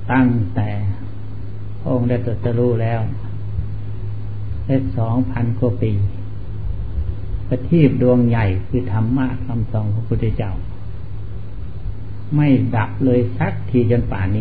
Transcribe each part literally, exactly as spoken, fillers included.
ตั้งแต่พระองค์ได้ตรัสรู้แล้วได้สองพันกว่าปีประทีปดวงใหญ่คือธรรมะคำสอนของพระพุทธเจ้าไม่ดับเลยสักทีจนป่านนี้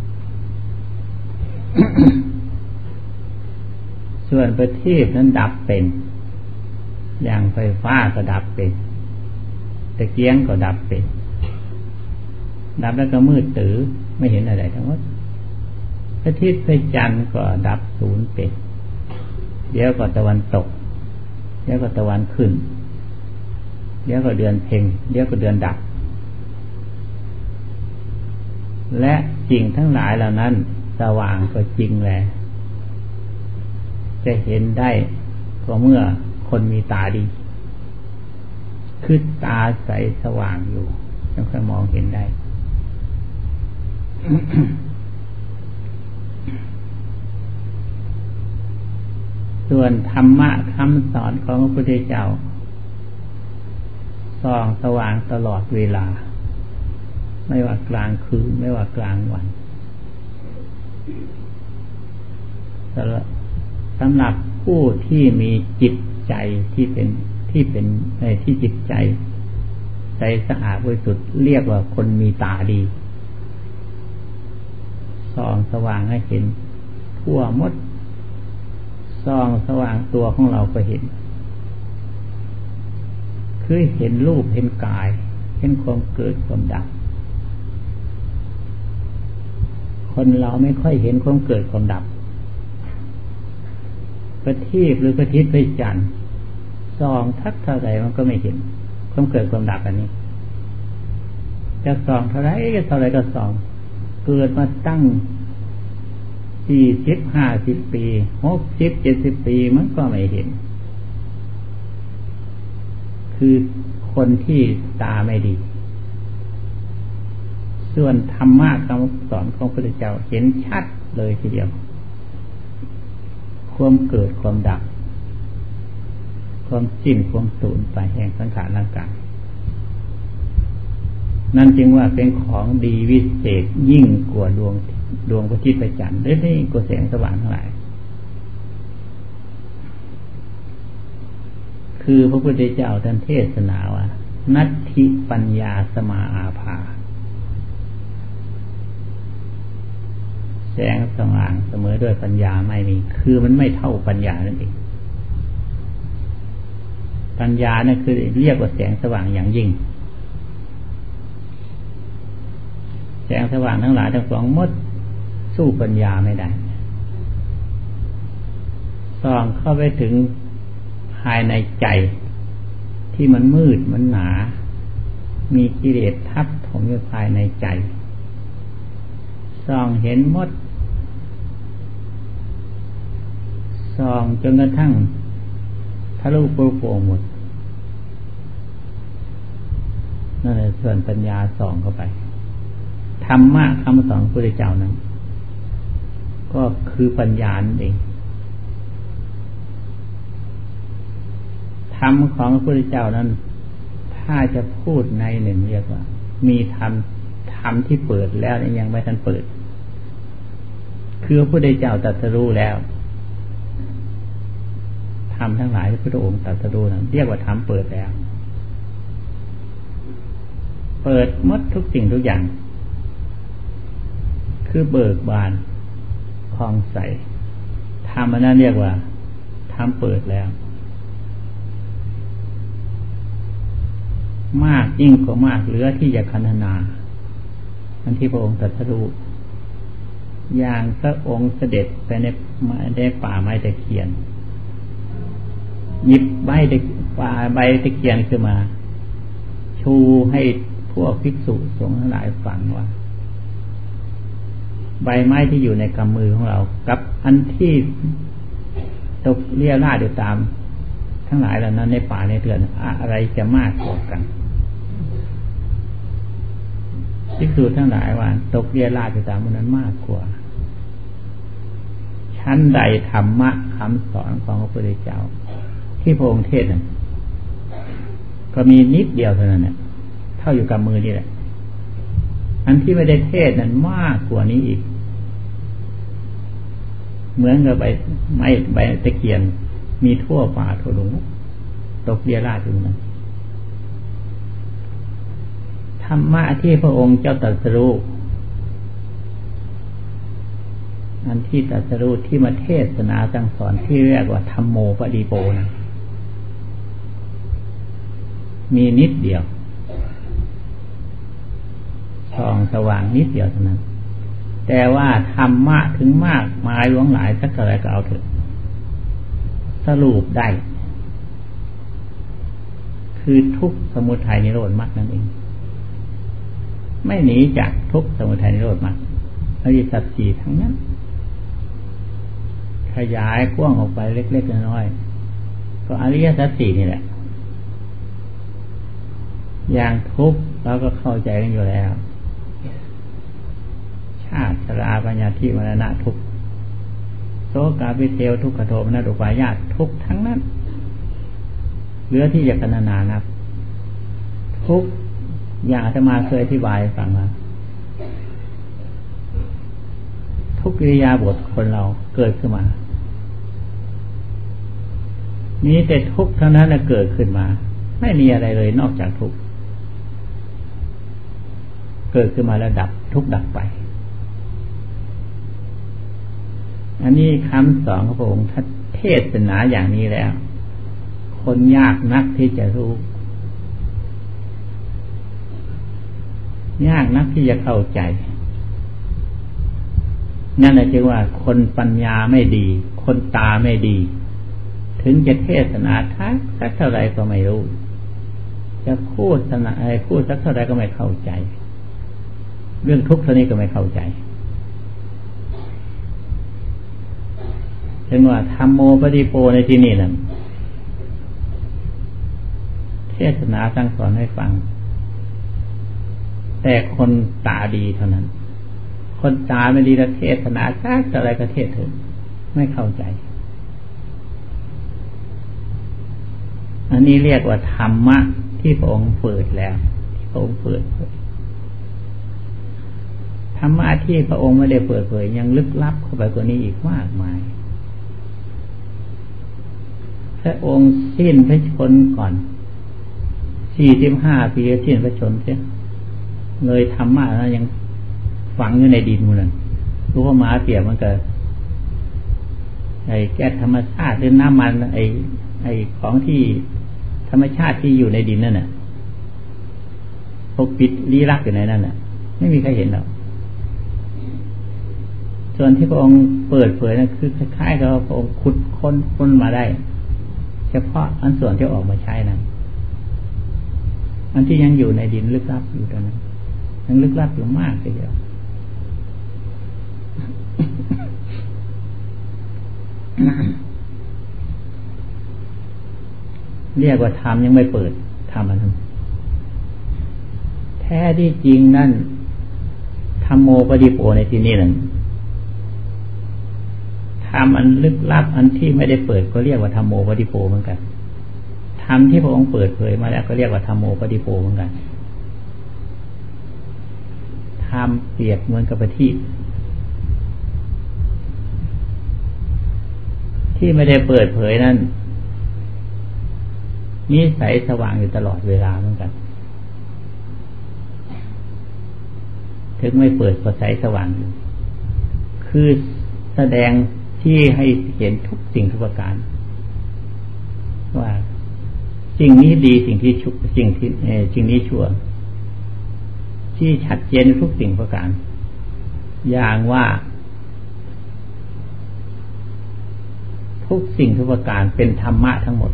ส่วนประทีปนั้นดับเป็นอย่างไฟฟ้าก็ดับเป็นตะเกียงก็ดับเป็นดับแล้วก็มืดตื้อไม่เห็นอะไรทั้งหมดพระอาทิตย์พระจันทร์ก็ดับศูนย์เป็นเดี๋ยวก็ตะวันตกเดี๋ยวก็ตะวันขึ้นเดี๋ยวก็เดือนเพ็ญเดี๋ยวก็เดือนดับและจริงทั้งหลายเหล่านั้นสว่างก็จริงแหละจะเห็นได้ก็เมื่อคนมีตาดีคือตาใสสว่างอยู่ยังค่อยมองเห็นได้ ส่วนธรรมะคำสอนของพระพุทธเจ้าส่องสว่างตลอดเวลาไม่ว่ากลางคืนไม่ว่ากลางวันสำหรับผู้ที่มีจิตใจที่เป็นที่เป็นในที่จิตใจใสสะอาดบริสุทธิ์เรียกว่าคนมีตาดีส่องสว่างให้เห็นทั่วหมดส่องสว่างตัวของเราก็เห็นคือเห็นรูปเห็นกายเห็นความเกิดความดับคนเราไม่ค่อยเห็นความเกิดความดับประทีปหรือประทิศพระจันทร์ส่องทักเท่าไหร่มันก็ไม่เห็นความเกิดความดับอันนี้จะส่องเท่าไหร่ก็เท่าไหร่ก็ส่องเกิดมาตั้งสี่สิบห้าสิบปีหกสิบเจ็ดสิบปีมันก็ไม่เห็นคือคนที่ตาไม่ดีส่วนธรรมะคำสอนของพระพุทธเจ้าเห็นชัดเลยทีเดียวความเกิดความดับความสิ้นความสูญไปแห่งสังขารร่างกายนั่นจึงว่าเป็นของดีวิเศษยิ่งกว่าดวงดวงพระอาทิตย์พระจันทร์ได้ได้กว่าแสงสว่างทั้งหลายคือพระพุทธเจ้าท่านเทศนาว่านัตถิปัญญาสมาอาภาแสงสว่างเสมอด้วยปัญญาไม่มีคือมันไม่เท่าปัญญานั่นเองปัญญานั่นคือเรียกว่าแสงสว่างอย่างยิ่งแสงสว่างทั้งหลายทั้งปวงหมดสู้ปัญญาไม่ได้ส่องเข้าไปถึงภายในใจที่มันมืดมันหนามีกิเลสทับถมอยู่ภายในใจส่องเห็นหมดส่องจนกระทั่งทะลุโปร่งโปร่งหมดนั่นแหละส่วนปัญญาส่องเข้าไปธรรมะคำสอนพระพุทธเจ้านั้นก็คือปัญญาเองธรรมของพระพุทธเจ้านั้นถ้าจะพูดในหนึ่งเรียกว่ามีธรรมธรรมที่เปิดแล้วยังไม่ทันเปิดคือพระพุทธเจ้าตรัสรู้แล้วธรรมทั้งหลายที่พระองค์ตรัสรู้นั้นเรียกว่าธรรมเปิดแล้วเปิดหมดทุกสิ่งทุกอย่างคือเบิกบานคล่องใสธรรมนั้นเรียกว่าธรรมเปิดแล้วมากยิ่งกว่ามากเหลือที่จะพรรณนาอันที่พระองค์ตรัสรู้อย่างพระองค์เสด็จไปในในป่าไม้ตะเคียนหยิบใบตะป่าใบตะเคียนขึ้นมาชูให้พวกภิกษุสงฆ์ทั้งหลายฟังว่าใบไม้ที่อยู่ในกำมือของเรากับอันที่ตกเลี่ยราดอยู่ตามทั้งหลายเหล่านั้นในป่าในเถื่อนอะไรจะมากกว่ากันภิกษุทั้งหลายว่าตกเลี่ยราดอยู่ตามนั้นมากกว่าชั้นใดธรรมะคำสอนของพระพุทธเจ้าที่พระองค์เทศน์นั้นก็มีนิดเดียวเท่านั้นเนี่ยเท่าอยู่กับมือนี่แหละอันที่ไม่ได้เทศน์นั้นมากกว่านี้อีกเหมือนกับใบไม้ใบตะเคียนมีทั่วป่าทั่วดงตกเรียราดอยู่นั้นธรรมะที่พระองค์เจ้าตรัสรู้อันที่ตรัสรู้ที่มาเทศนาสั่งสอนที่เรียกว่าธัมโมปฏิโปนะมีนิดเดียวส่องสว่างนิดเดียวเท่านั้นแต่ว่าธรรมะถึงมากมายหลวงหลายสักเท่าไรก็เอาเถอะสรุปได้คือทุกข์สมุทัยนิโรธมรรคนั่นเองไม่หนีจากทุกข์สมุทัยนิโรธมรรคอริยสัจสี่ทั้งนั้นขยายกว้างออกไปเล็กๆน้อยๆก็อริยสัจสี่นี่แหละอย่างทุกข์เราก็เข้าใจกันอยู่แล้วชาติชราปัญญาธิมรณะทุกข์โสกาภิเทวทุกขโทมนัสอุปาญาตทุกข์ทั้งนั้นเหลือที่จะกรรณนานับทุกข์อย่างอาตมาเคยอธิบายฟังว่าทุกกิริยาบทคนเราเกิดขึ้นมานี้แต่ทุกข์เท่านั้นแหละเกิดขึ้นมาไม่มีอะไรเลยนอกจากทุกข์เกิดขึ้นมาแล้วดับทุกข์ดับไปอันนี้คำสอนของพระองค์ท่านเทศนาอย่างนี้แล้วคนยากนักที่จะรู้ยากนักที่จะเข้าใจนั่นแหละจึงว่าคนปัญญาไม่ดีคนตาไม่ดีถึงจะเทศนาทักสักเท่าไรก็ไม่รู้จะพูดสนาอะไรพูดสักเท่าไรก็ไม่เข้าใจเรื่องทุกข์เท่านี้ก็ไม่เข้าใจถึงว่าธัมโมปฏิโปในที่นี้นั่นเทศนาสั่งสอนให้ฟังแต่คนตาดีเท่านั้นคนตาไม่ดีแล้วเทศนาสักอะไรก็เทศถึงไม่เข้าใจอันนี้เรียกว่าธรรมะที่พระองค์เปิดแล้วที่พระองค์เปิดเผยธรรมะที่พระองค์ไม่ได้เปิดเผยยังลึกลับเข้าไปกว่านี้อีกมากมายพระองค์สิ้นพระชนก่อนสี่สิบห้าปีสิ้นพระชนเสียเลยธรรมะนั้นยังฝังอยู่ในดินมันนั่นรู้ว่ามาเปรียบมันก็ไอ้แก๊สธรรมชาติหรือน้ำมันไอ้ไอ้ของที่ธรรมชาติที่อยู่ในดินนั่นน่ะปกปิดลี้ลับอยู่ในนั้นน่ะไม่มีใครเห็นหรอกส่วนที่พระองค์เปิดเผยนั่นคือคล้ายๆกับพระองค์ขุดค้นค้นมาได้เฉพาะอันส่วนที่ออกมาใช้นั้นอันที่ยังอยู่ในดินลึกลับอยู่ตอนนั้นยังลึกลับอยู่มากทีเดียวเรียกว่าธรรมยังไม่เปิดธรรมอันนั้นแท้ที่จริงนั่นธัมโมปฏิโปในที่นี้นั่นธรรมอันลึกลับอันที่ไม่ได้เปิดก็เรียกว่าธัมโมปฏิโปเหมือนกันธรรมที่พระองค์เปิดเผยมาแล้วก็เรียกว่าธัมโมปฏิโปเหมือนกันธรรมเปรียบเหมือนกับประทีปที่ไม่ได้เปิดเผยนั้นมีใสสว่างอยู่ตลอดเวลาเหมือนกันถึงไม่เปิดก็ใสสว่างอยู่คือแสดงที่ให้เห็นทุกสิ่งทุกประการว่าสิ่งนี้ดีสิ่งที่ชั่วสิ่งที่สิ่งนี้ชั่วที่ชัดเจนทุกสิ่งประการอย่างว่าทุกสิ่งทุกประการเป็นธรรมะทั้งหมด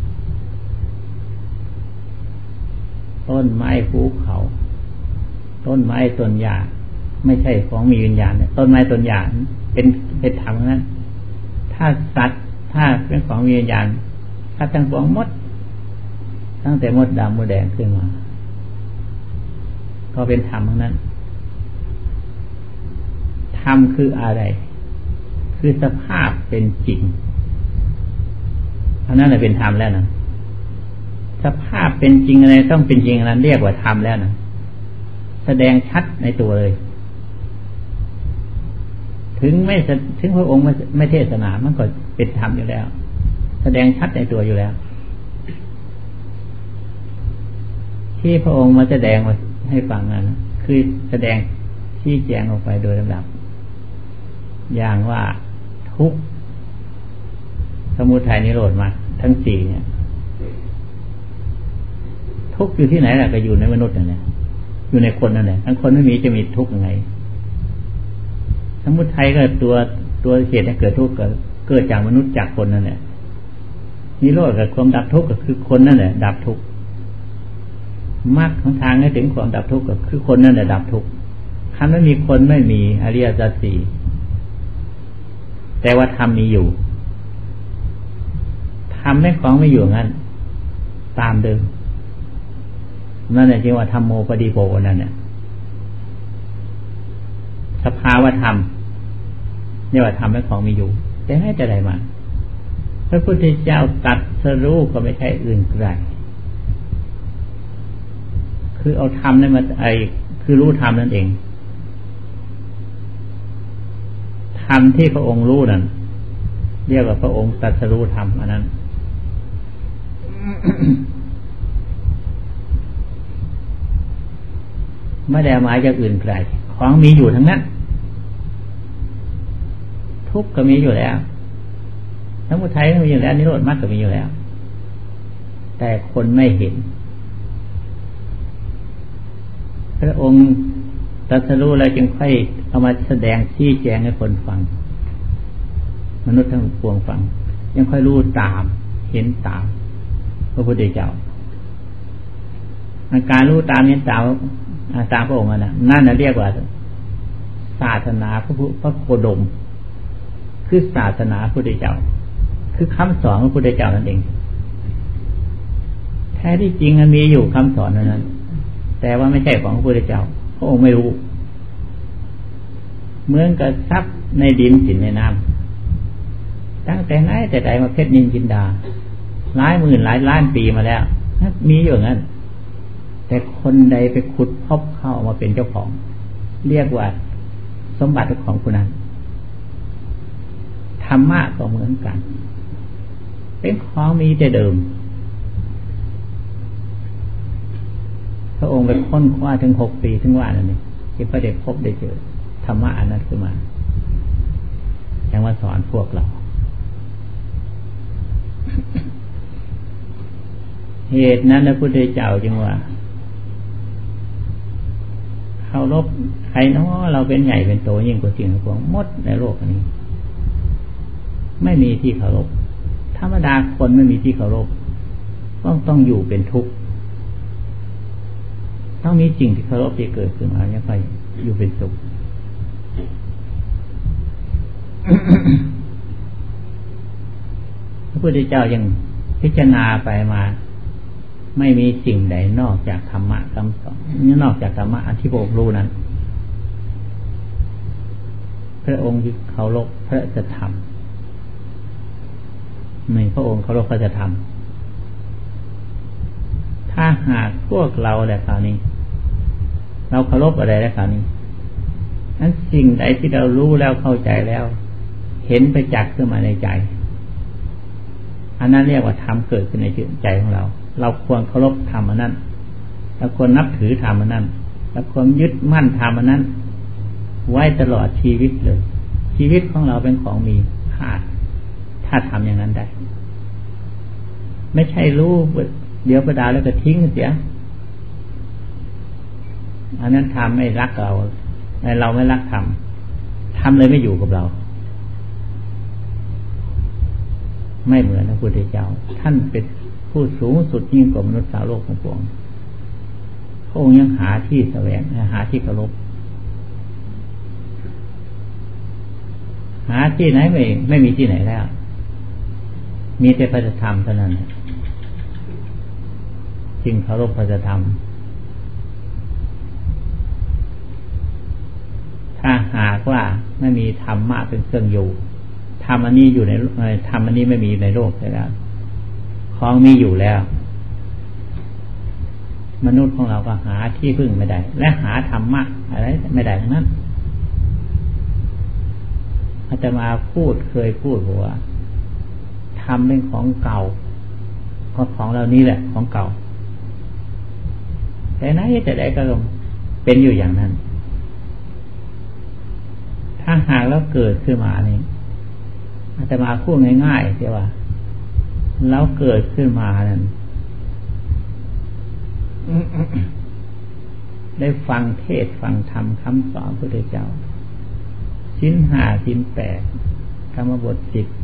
ต้นไม้ภูเขาต้นไม้ต้นหญ้าไม่ใช่ของมีวิญญาณเนี่ยต้นไม้ต้นหญ้าเป็นเป็นธรรมนั้นถ้าสัตว์ถ้าเป็นของมีวิญญาณสัตว์ทั้งปวงหมดตั้งแต่มดดำมดแดงขึ้นมาก็เป็นธรรมทั้งนั้นธรรมคืออะไรคือสภาพเป็นจริงอันนั้นแหละเป็นธรรมแล้วนะสภาพเป็นจริงอะไรต้องเป็นจริงอันนั้นเรียกว่าธรรมแล้วนะแสดงชัดในตัวเลยถถึงไม่ถึงพระองค์ไม่เทศนามันก็เป็นธรรมอยู่แล้วแสดงชัดในตัวอยู่แล้วที่พระองค์มาแสดงมาให้ฟังนั้นคือแสดงชี้แจงออกไปโดยลำดับอย่างว่าทุกข์สมุทัยนิโรธมรรคทั้งสี่เนี่ยทุกข์อยู่ที่ไหนล่ะก็อยู่ในมนุษย์นั่นแหละอยู่ในคนนั่นแหละทั้งคนไม่มีจะมีทุกข์ยังไงสมุทัยก็ตัวตัวเหตุให้เกิดทุกข์ก็เกิดจากมนุษย์จากคนนั่นแหละนิโรธกับความดับทุกข์ก็คือคนนั่นแหละดับทุกข์มรรคของทางให้ถึงความดับทุกข์ก็คือคนนั่นแหละดับทุกข์คันไม่มีคนไม่มีอริยสัจสี่แต่ว่าธรรมมีอยู่ธรรมไม่ของไม่อยู่งั้นตามเดิมนั่นแหละที่ว่าธรรมโมปฏิโปนั่นเนี่ยสภาวะธรรมนี่ว่าธรรมไม่ของมีอยู่แต่ให้จะได้มาพระพุทธเจ้าตรัสรู้ก็ไม่ใช่อื่นไกลคือเอาธรรมนั่นมาไอคือรู้ธรรมนั่นเองธรรมที่พระองค์รู้นั่นเรียกว่าพระองค์ตรัสรู้ธรรมอันนั้น ไม่ได้หมายจากอื่นไกลของมีอยู่ทั้งนั้นทุกข์ก็มีอยู่แล้วสมุทัยก็มีอยู่แล้วนิโรธมรรคก็มีอยู่แล้วแต่คนไม่เห็นพระองค์ตรัสรู้แล้วจึงค่อยเอามาแสดงชี้แจงให้คนฟังมนุษย์ทั้งปวงฟังยังค่อยรู้ตามเห็นตามพระพุทธเจ้าอาการรู้ตามเห็นตามตามพระองค์นั่นนั่นน่ะเรียกว่าศาสนาพระพุทธพระโคดมคือศาสนาพระพุทธเจ้าคือคำสอนของพระพุทธเจ้านั่นเองแท้ที่จริงมันมีอยู่คำสอนนั้นแต่ว่าไม่ใช่ของพระพุทธเจ้าพระองค์ไม่รู้เหมือนกับทรัพย์ในดินสินในน้ำตั้งแต่ไหนแต่ใดมาเพชรนินจินดาหลายหมื่นหลายล้านปีมาแล้วมีอยู่งั้นแต่คนใดไปขุดพบเข้ามาเป็นเจ้าของเรียกว่าสมบัติของผู้นั้นธรรมะก็เหมือนกันเป็นของมีแต่เดิมพระองค์ไปค้นคว้าถึงหกปีถึงว่านั่นนี่ที่พระเดชพบได้เจอธรรมะอันนั้นขึ้นมายังมาสอนพวกเราเหตุนั้นพระพุทธเจ้าจึงว่าเคารพใครเนาะเราเป็นใหญ่เป็นโตยิ่งกว่าสิ่งทั้งปวงหมดในโลกนี้ไม่มีที่เคารพธรรมดาคนไม่มีที่เคารพต้องต้องอยู่เป็นทุกข์ต้องมีสิ่งที่เคารพที่เกิดขึ้นมาเนี่ยค่อยอยู่เป็นสุข พระพุทธเจ้ายังพิจารณาไปมาไม่มีสิ่งใดนอกจากธรรมะคำสอนนี่นอกจากธรรมะอันที่พระองค์รู้นั้นพระองค์เคารพพระสัทธรรมในพระองค์เคารพพระสัทธรรมถ้าหากพวกเราแต่คราวนี้เราเคารพอะไรแล้วคราวนี้นั้นสิ่งใดที่เรารู้แล้วเข้าใจแล้วเห็นไปจักขึ้นมาในใจอันนั้นเรียกว่าธรรมเกิดขึ้นในใจของเราเราควรเคารพธรรมอันนั้นเราควรนับถือธรรมอันนั้นเราควรยึดมั่นธรรมอันนั้นไว้ตลอดชีวิตเลยชีวิตของเราเป็นของมีค่าถ้าทำอย่างนั้นได้ไม่ใช่รู้เดี๋ยวประดาแล้วก็ทิ้งเสียอันนั้นทำไม่รักเราเราไม่รักทำทำเลยไม่อยู่กับเราไม่เหมือนพระพุทธเจ้าท่านเป็นผู้สูงสุดยิ่งกว่ามนุษย์ชาวโลกของพระองค์พระองค์ยังหาที่แสวงหาที่เคารพหาที่ไหนไม่ไม่มีที่ไหนแล้วมีแต่พระธรรมเท่านั้นจึงเคารพพระธรรมถ้าหากว่าไม่มีธรรมะเป็นเครื่องอยู่ธรรมอันนี้อยู่ในธรรมอันนี้ไม่มีในโลกแล้วของมีอยู่แล้วมนุษย์ของเราก็หาที่พึ่งไม่ได้และหาธรรมะอะไรไม่ได้ทั้งนั้นตมาพูดเคยพูดว่าทำเป็นของเก่าก็ของเรานี้แหละของเก่าแต่ไหนแต่ใดก็เป็นอยู่อย่างนั้นถ้าหากเราเกิดขึ้นมานี่อาตมาพูดง่ายๆใช่ว่าเราเกิดขึ้นมานั้นได้ฟังเทศฟังธรรมคำสอนพระพุทธเจ้าศีลห้าศีลแปดธรรมบทสิบ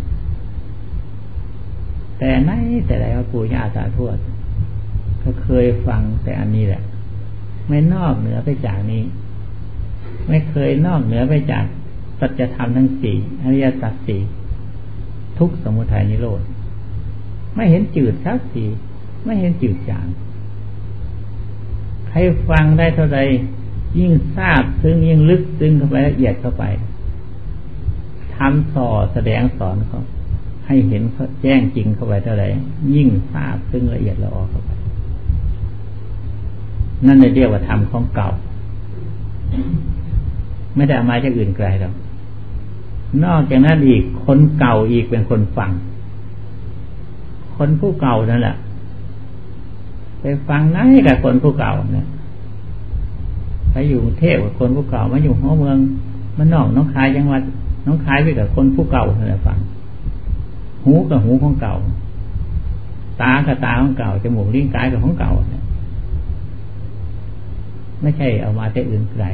แต่ไหนแต่ใดว่าปู่ย่าตาทวดก็เคยฟังแต่อันนี้แหละไม่นอกเหนือไปจากนี้ไม่เคยนอกเหนือไปจากสัจธรรมทั้งสี่อริยสัจสี่ทุกข์สมุทัยนิโรธไม่เห็นจืดสักทีไม่เห็นจืดจางใครฟังได้เท่าใดยิ่งทราบซึ้งยิ่งลึกซึ้งเข้าไปละเอียดเข้าไปทำสอแสดงสอนเขาให้เห็นแจ้งจริงเข้าไปเท่าไหร่ยิ่งทราบซึ้งละเอียดละออเข้าไปนั่นเรียกว่าธรรมของเก่าไม่ได้เอามาจากอื่นไกลหรอกนอกจากนั้นอีกคนเก่าอีกเป็นคนฟังคนผู้เก่านั่นแหละไปฟังไหนกับคนผู้เก่าเนี่ยไปอยู่กรุงเทพกับคนผู้เก่ามาอยู่หัวเมืองมันนอกน้องคายจังหวัดน้องคายไปกับคนผู้เก่านั่นแหละฟังหูกับหูของเก่าตากับตาของเก่าจมูกลิ้นกายกับของเก่าเนี่ยไม่ใช่เอามาแต่อื่นไกล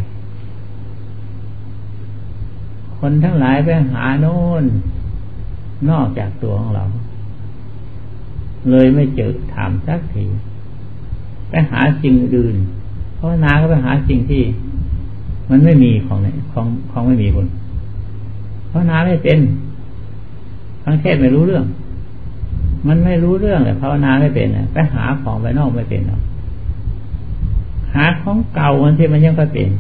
คนทั้งหลายไปหาโน่นนอกจากตัวของเราเลยไม่เจอถามสักทีไปหาสิ่งอื่นเพราะนาก็ไปหาสิ่งที่มันไม่มีของไหนของของไม่มีคนเพราะนาไม่เป็นทั้งเทศไม่รู้เรื่องมันไม่รู้เรื่องเลยภาวนาไม่เป็นไปหาของภายนอกไม่เป็นหรอกหาของเก่ามันที่มันยังก็เป็น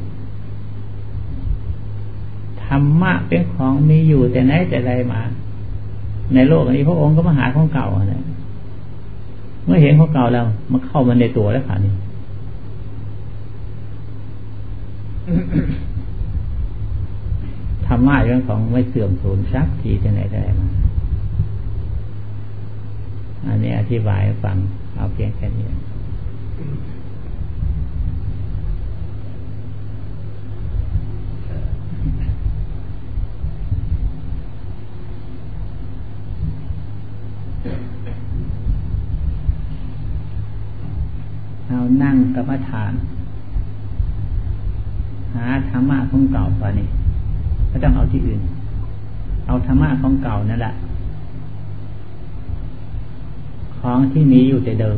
ธรรมะเป็นของมีอยู่แต่ไหนแต่ไรมาในโลกนี้พระองค์ก็มาหาของเก่าเนี่ยเมื่อเห็นของเก่าแล้วมันเข้ามาในตัวแล้วค่ะนี่ ธรรมะเรื่องของไม่เสื่อมสูญสักทีแต่ไหนแต่ไรมาอันนี้อธิบายให้ฟังเอาเพียงแค่นี้เอานั่งกรรมฐานหาธรรมะของเก่าป่ะนี่ไม่ต้องเอาที่อื่นเอาธรรมะของเก่านั่นแหละของที่มีอยู่แต่เดิม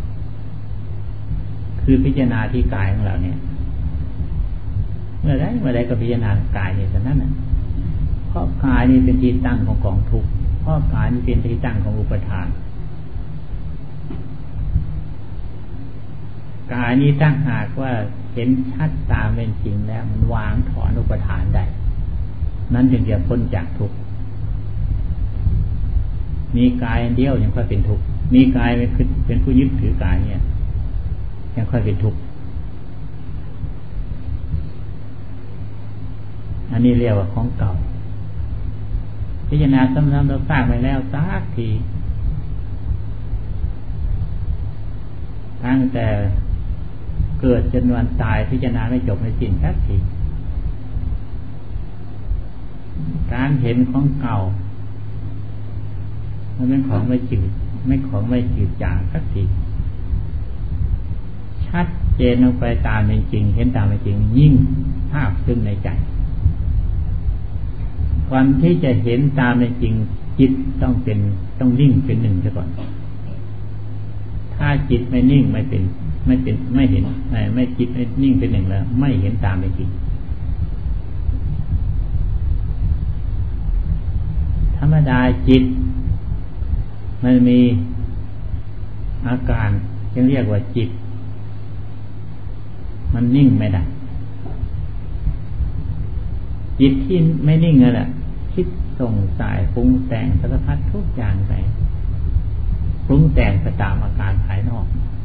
คือพิจารณาที่กายของเราเนี่ยเมื่อไรเมื่อไรก็พิจารณากายนี่เท่านั้นนะเพราะกายนี่เป็นที่ตั้งของกองทุกข์เพราะกายนี่เป็นที่ตั้งของอุปทานกายนี้ตั้งหากว่าเห็นชัดตามเป็นจริงแล้วมันวางถอนอุปทานได้นั้นจึงจะพ้นจากทุกข์มีกายอันเดียวยังค่อยเป็นทุกข์มีกายเป็นผู้ยึดถือกายเนี่ยยังค่อยเป็นทุกข์อันนี้เรียกว่าของเก่าพิจารณาซ้ำๆเราสร้างไปแล้วสักทีตั้งแต่เกิดจนวันตายพิจารณาไม่จบไม่สิ้นสักทีการเห็นของเก่ามันเป็นของไม่จืดไม่ของไม่จืดจางสักทีชัดเจนลงไปตามเป็นจริงเห็นตามเป็นจริงยิ่งภาพซึ้งในใจวันที่จะเห็นตามเป็นจริงจิตต้องเป็นต้องนิ่งเป็นหนึ่งซะก่อนถ้าจิตไม่นิ่งไม่เป็นไม่เป็นไม่เห็นไม่ไม่จิตไม่นิ่งเป็นหนึ่งแล้วไม่เห็นตามเป็นจริงธรรมดาจิตมันมีอาการที่เรียกว่าจิตมันนิ่งไม่ได้จิตที่ไม่นิ่งนั่นแหละคิดส่งสายปรุงแต่งสารพัดทุกอย่างไปปรุงแต่งไปตามอาการภายนอก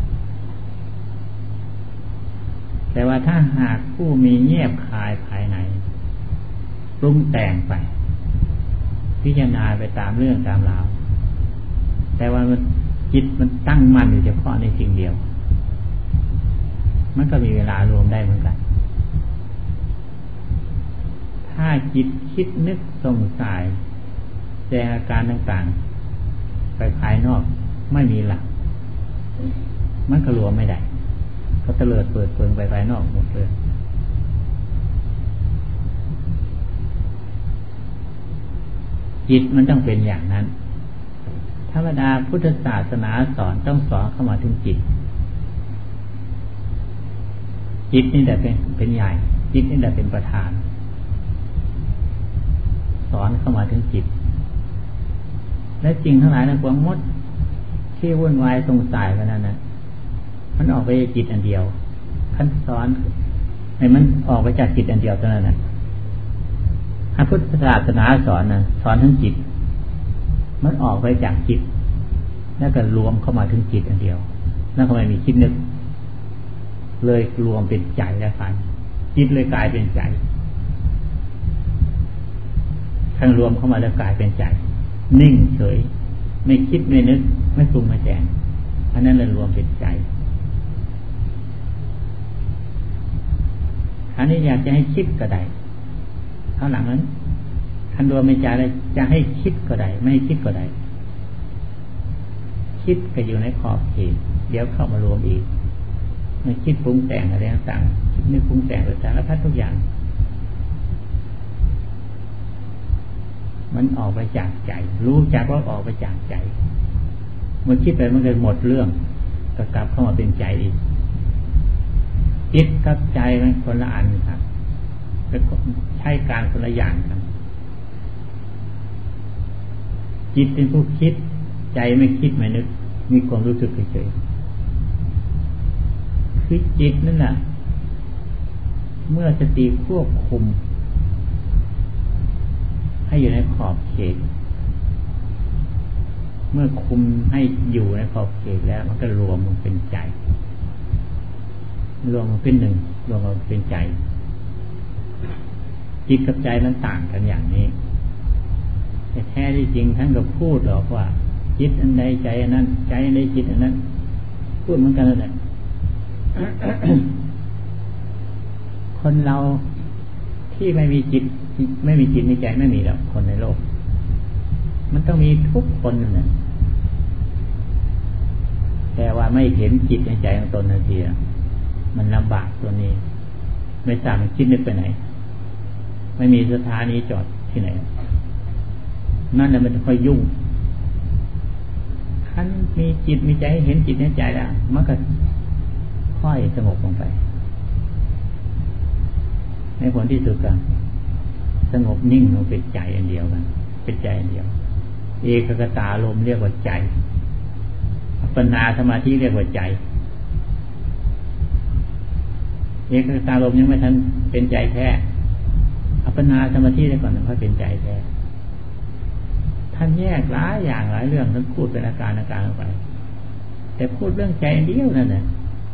แต่ว่าถ้าหากผู้มีเงียบคายภายในปรุงแต่งไปพิจารณาไปตามเรื่องตามราวแต่ว่ามันจิตมันตั้งมั่นอยู่เฉพาะในสิ่งเดียวมันก็มีเวลารวมได้เหมือนกันถ้าจิตคิดนึกสงสัยแสดงอาการต่างๆไปภายนอกไม่มีหลักมันก็รวมไม่ได้ก็เตลิดเปิดเผยไปภายนอกหมดเลยจิตมันต้องเป็นอย่างนั้นธรรมดาพุทธศาสนาสอนต้องสอนเข้ามาถึงจิตจิตนี่แหละเป็นเป็นใหญ่จิตนี่แหละเป็นประธานสอนเข้ามาถึงจิตและจริงทั้งหลายนะความมดที่วุ่นวายสงสัยกันนั้นนะมันออกไปจากจิตอันเดียวขั้นสอนให้มันออกไปจากจิตอันเดียวเท่านั้นนะพระพุทธศาสนาสอนนะสอนทั้งจิตมันออกไปจากจิตแล้วก็รวมเข้ามาถึงจิตอันเดียวแล้วก็ไม่มีคิดนึกเลยรวมเป็นใจแล้วกันจิตเลยกลายเป็นใจทั้งรวมเข้ามาแล้วกลายเป็นใจนิ่งเฉยไม่คิดไม่นึกไม่ปรุงไม่แต่งอันนั้นเลยรวมเป็นใจอันนี้อยากจะให้คิดก็ได้ข้างหลังนั้นท่านรวมเป็นใจเลยจะให้คิดก็ได้ไม่ให้คิดก็ได้คิดก็อยู่ในขอบเขตเดี๋ยวเข้ามารวมอีกไม่คิดปรุงแต่งอะไรต่างๆคิดนึกปรุงแต่งอะไรต่างๆแล้วพัดทุกอย่างมันออกไปจากใจรู้จักว่าออกไปจากใจเมื่อคิดไปมันก็หมดเรื่องก็กลับเข้ามาเป็นใจอีกจิตกับใจมันคนละอันครับใช้การคนละอย่างกันจิตเป็นผู้คิดใจไม่คิดไม่นึกมีความรู้สึกเฉยๆคือจิตนั่นแหละเมื่อสติควบคุมให้อยู่ในขอบเขตเมื่อคุมให้อยู่ในขอบเขตแล้วมันก็รวมมันเป็นใจรวมมันเป็นหนึ่งรวมมันเป็นใจจิตกับใจมันต่างกันอย่างนี้แต่แท้ที่จริงท่านก็พูดหรอกว่าจิตอันใดใจอันนั้นใจอันใดจิตอันนั้นพูดเหมือนกันเลย คนเราที่ไม่มีจิตไม่มีจิตมีใจไม่มีหรอกคนในโลกมันต้องมีทุกคนนั่นแหละแต่ว่าไม่เห็นจิตในใจของตนนาทีมันลำบากตัวนี้ไม่ทราบมันคิดนึกไปไหนไม่มีสถานีจอดที่ไหนนั่นแหละมันจะค่อยยุ่งขั้นมีจิตมีใจเห็นจิตในใจแล้วมันก็ค่อยสงบลงไปในผลที่สุดกันสงบนิ่งลงเป็นใจอันเดียวกันเป็นใจอันเดียวเอกคตาลมเรียกว่าใจอัปปนาสมาธิเรียกว่าใจเอกคตาลมยังไม่ทันเป็นใจแท้อัปปนาสมาธิได้ก่อนถึงค่อยเป็นใจแท้ท่านแยกหลายอย่างหลายเรื่องท่านพูดเป็นอาการอาการออกไปแต่พูดเรื่องใจอันเดียวนั่นแหละ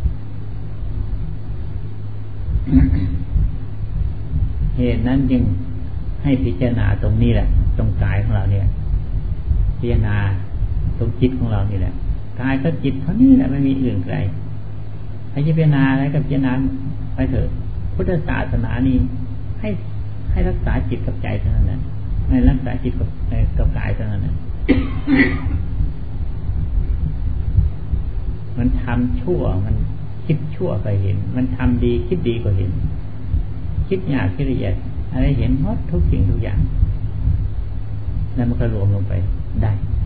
เหตุนั้นจึงให้พิจารณาตรงนี้แหละตรงกายของเราเนี่ยพิจารณาตรงจิตของเรานี่แหละกายกับจิตเท่านี้แหละไม่มีอื่นไกลให้พิจารณาอะไรกับพิจารณาไปเถอะพุทธศาสนานี้ให้ให้รักษาจิตกับใจเท่านั้นนะให้รักษาจิตกับกับกายเท่านั้นนะมันทำชั่วมันคิดชั่วก็เห็นมันทำดีคิดดีก็เห็นคิดหยาบคิดละเอียดอะไรเห็นหมดทุกสิ่งทุกอย่างแล้วมันก็รวมลงไปได้